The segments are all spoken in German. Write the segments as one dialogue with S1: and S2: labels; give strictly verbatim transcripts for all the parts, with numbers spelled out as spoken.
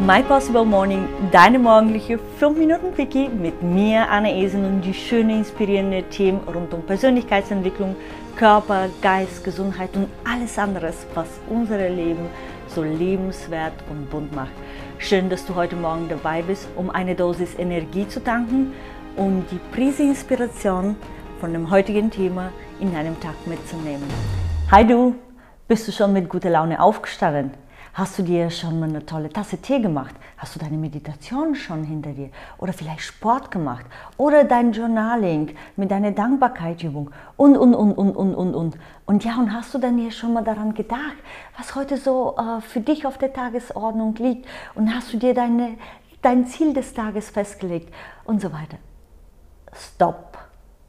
S1: My Possible Morning, deine morgendliche fünf Minuten Quickie mit mir, Anna Esen, und die schönen, inspirierenden Themen rund um Persönlichkeitsentwicklung, Körper, Geist, Gesundheit und alles anderes, was unser Leben so lebenswert und bunt macht. Schön, dass du heute Morgen dabei bist, um eine Dosis Energie zu tanken und die Prise Inspiration von dem heutigen Thema in deinem Tag mitzunehmen. Hi du, bist du schon mit guter Laune aufgestanden? Hast du dir schon mal eine tolle Tasse Tee gemacht? Hast du deine Meditation schon hinter dir? Oder vielleicht Sport gemacht? Oder dein Journaling mit deiner Dankbarkeitsübung? Und, und, und, und, und, und, und. Und ja, und hast du dann hier schon mal daran gedacht, was heute so äh, für dich auf der Tagesordnung liegt? Und hast du dir deine, dein Ziel des Tages festgelegt? Und so weiter. Stopp.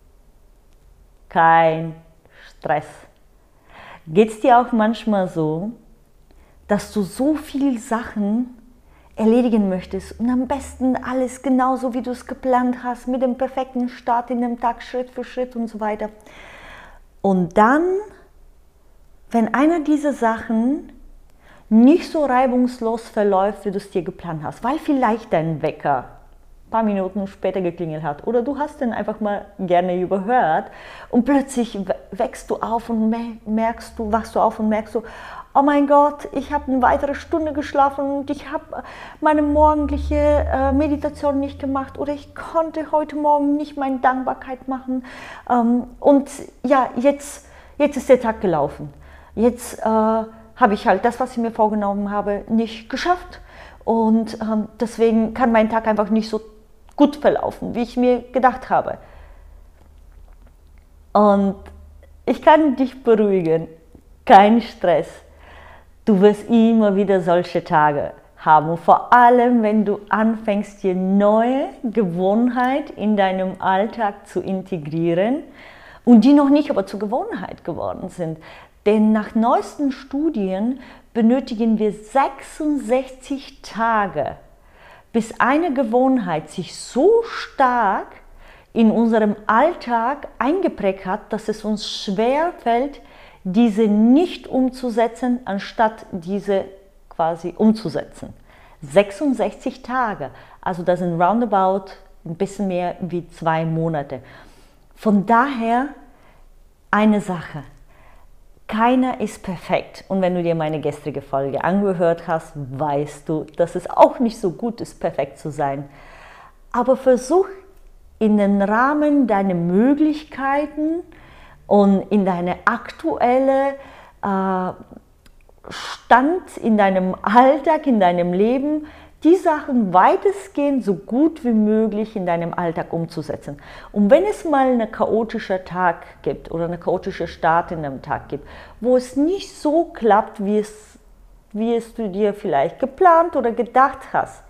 S1: Kein Stress. Geht es dir auch manchmal so, dass du so viele Sachen erledigen möchtest und am besten alles genauso, wie du es geplant hast, mit dem perfekten Start in den Tag, Schritt für Schritt und so weiter. Und dann, wenn einer dieser Sachen nicht so reibungslos verläuft, wie du es dir geplant hast, weil vielleicht dein Wecker ein paar Minuten später geklingelt hat oder du hast den einfach mal gerne überhört und plötzlich wächst du auf und merkst du, wachst du auf und merkst du, oh mein Gott, ich habe eine weitere Stunde geschlafen und ich habe meine morgendliche äh, Meditation nicht gemacht oder ich konnte heute Morgen nicht meine Dankbarkeit machen. Ähm, und ja, jetzt, jetzt ist der Tag gelaufen. Jetzt äh, habe ich halt das, was ich mir vorgenommen habe, nicht geschafft. Und ähm, deswegen kann mein Tag einfach nicht so gut verlaufen, wie ich mir gedacht habe. Und ich kann dich beruhigen, kein Stress. Du wirst immer wieder solche Tage haben, vor allem wenn du anfängst, dir neue Gewohnheiten in deinem Alltag zu integrieren und die noch nicht aber zur Gewohnheit geworden sind. Denn nach neuesten Studien benötigen wir sechsundsechzig Tage, bis eine Gewohnheit sich so stark in unserem Alltag eingeprägt hat, dass es uns schwer fällt, diese nicht umzusetzen, anstatt diese quasi umzusetzen. sechsundsechzig Tage, also das sind roundabout ein bisschen mehr wie zwei Monate. Von daher eine Sache, keiner ist perfekt. Und wenn du dir meine gestrige Folge angehört hast, weißt du, dass es auch nicht so gut ist, perfekt zu sein. Aber versuch in den Rahmen deiner Möglichkeiten und in deine aktuelle äh, Stand in deinem Alltag, in deinem Leben, die Sachen weitestgehend so gut wie möglich in deinem Alltag umzusetzen. Und wenn es mal einen chaotischen Tag gibt oder eine chaotische Start in einem Tag gibt, wo es nicht so klappt, wie es, wie es du dir vielleicht geplant oder gedacht hast,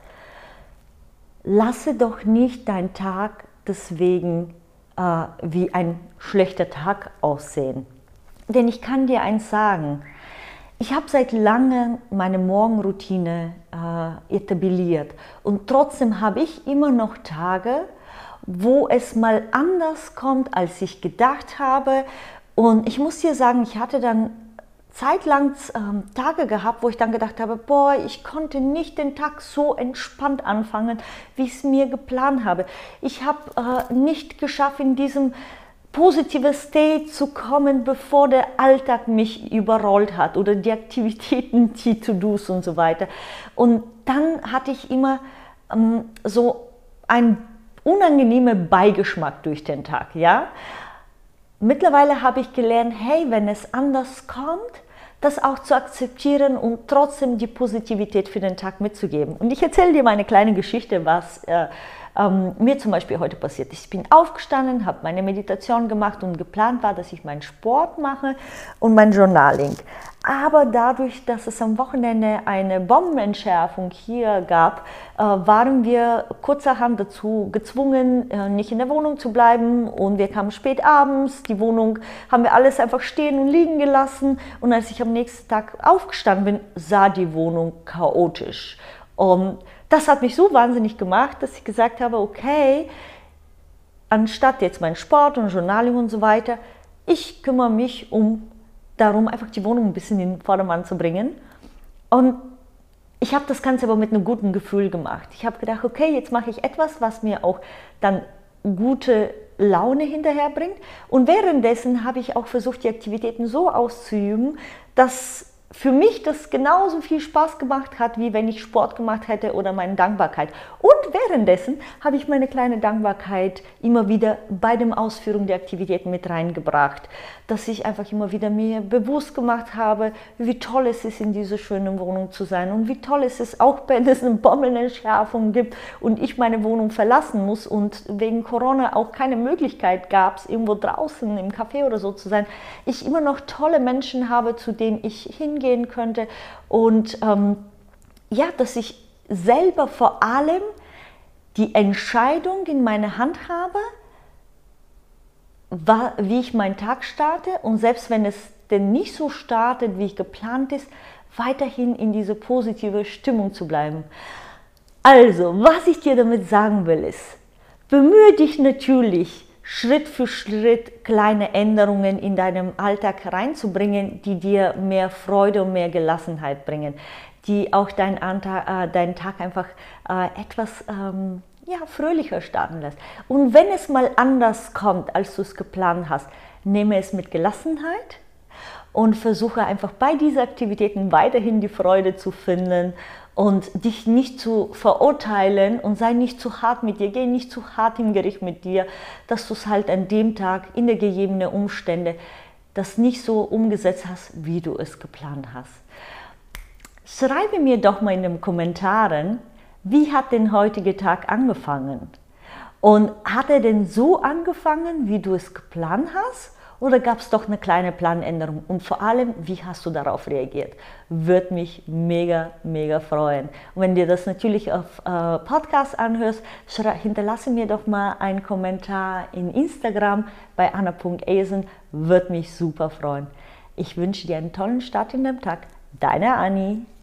S1: lasse doch nicht deinen Tag deswegen äh, wie ein schlechter Tag aussehen. Denn ich kann dir eins sagen, ich habe seit langem meine Morgenroutine äh, etabliert und trotzdem habe ich immer noch Tage, wo es mal anders kommt, als ich gedacht habe. Und ich muss dir sagen, ich hatte dann zeitlang ähm, Tage gehabt, wo ich dann gedacht habe, boah, ich konnte nicht den Tag so entspannt anfangen, wie ich es mir geplant habe. Ich habe äh, nicht geschafft, in diesem positive State zu kommen, bevor der Alltag mich überrollt hat oder die Aktivitäten, die To-Dos und so weiter. Und dann hatte ich immer ähm, so einen unangenehmen Beigeschmack durch den Tag. Ja? Mittlerweile habe ich gelernt, hey, wenn es anders kommt, das auch zu akzeptieren und trotzdem die Positivität für den Tag mitzugeben. Und ich erzähle dir mal eine kleine Geschichte, was äh, ähm, mir zum Beispiel heute passiert ist. Ich bin aufgestanden, habe meine Meditation gemacht und geplant war, dass ich meinen Sport mache und mein Journaling. Aber dadurch, dass es am Wochenende eine Bombenentschärfung hier gab, äh, waren wir kurzerhand dazu gezwungen, äh, nicht in der Wohnung zu bleiben. Und wir kamen spät abends, die Wohnung haben wir alles einfach stehen und liegen gelassen. Und als ich am nächsten Tag aufgestanden bin, sah die Wohnung chaotisch. Und das hat mich so wahnsinnig gemacht, dass ich gesagt habe, okay, anstatt jetzt mein Sport und Journaling und so weiter, ich kümmere mich um darum, einfach die Wohnung ein bisschen in den Vordermann zu bringen. Und ich habe das Ganze aber mit einem guten Gefühl gemacht. Ich habe gedacht, okay, jetzt mache ich etwas, was mir auch dann gute Laune hinterher bringt. Und währenddessen habe ich auch versucht, die Aktivitäten so auszuüben, dass für mich das genauso viel Spaß gemacht hat, wie wenn ich Sport gemacht hätte oder meine Dankbarkeit. Und währenddessen habe ich meine kleine Dankbarkeit immer wieder bei dem Ausführen der Aktivitäten mit reingebracht, dass ich einfach immer wieder mir bewusst gemacht habe, wie toll es ist, in dieser schönen Wohnung zu sein und wie toll es ist, auch wenn es eine Bombenentschärfung gibt und ich meine Wohnung verlassen muss und wegen Corona auch keine Möglichkeit gab, irgendwo draußen im Café oder so zu sein, ich immer noch tolle Menschen habe, zu denen ich hingehen könnte und ähm, ja, dass ich selber vor allem die Entscheidung in meiner Hand habe, wie ich meinen Tag starte und selbst wenn es denn nicht so startet, wie ich geplant ist, weiterhin in diese positive Stimmung zu bleiben. Also, was ich dir damit sagen will, ist, bemühe dich natürlich, Schritt für Schritt kleine Änderungen in deinem Alltag reinzubringen, die dir mehr Freude und mehr Gelassenheit bringen, die auch deinen, äh, deinen Tag einfach äh, etwas ähm, ja, fröhlicher starten lässt. Und wenn es mal anders kommt, als du es geplant hast, nehme es mit Gelassenheit und versuche einfach bei diesen Aktivitäten weiterhin die Freude zu finden und dich nicht zu verurteilen und sei nicht zu hart mit dir, geh nicht zu hart im Gericht mit dir, dass du es halt an dem Tag in der gegebenen Umstände das nicht so umgesetzt hast, wie du es geplant hast. Schreibe mir doch mal in den Kommentaren, wie hat denn heutige Tag angefangen? Und hat er denn so angefangen, wie du es geplant hast? Oder gab es doch eine kleine Planänderung? Und vor allem, wie hast du darauf reagiert? Würde mich mega, mega freuen. Und wenn dir das natürlich auf äh, Podcast anhörst, hinterlasse mir doch mal einen Kommentar in Instagram bei anna punkt esen. Würde mich super freuen. Ich wünsche dir einen tollen Start in den Tag. Deine Anni.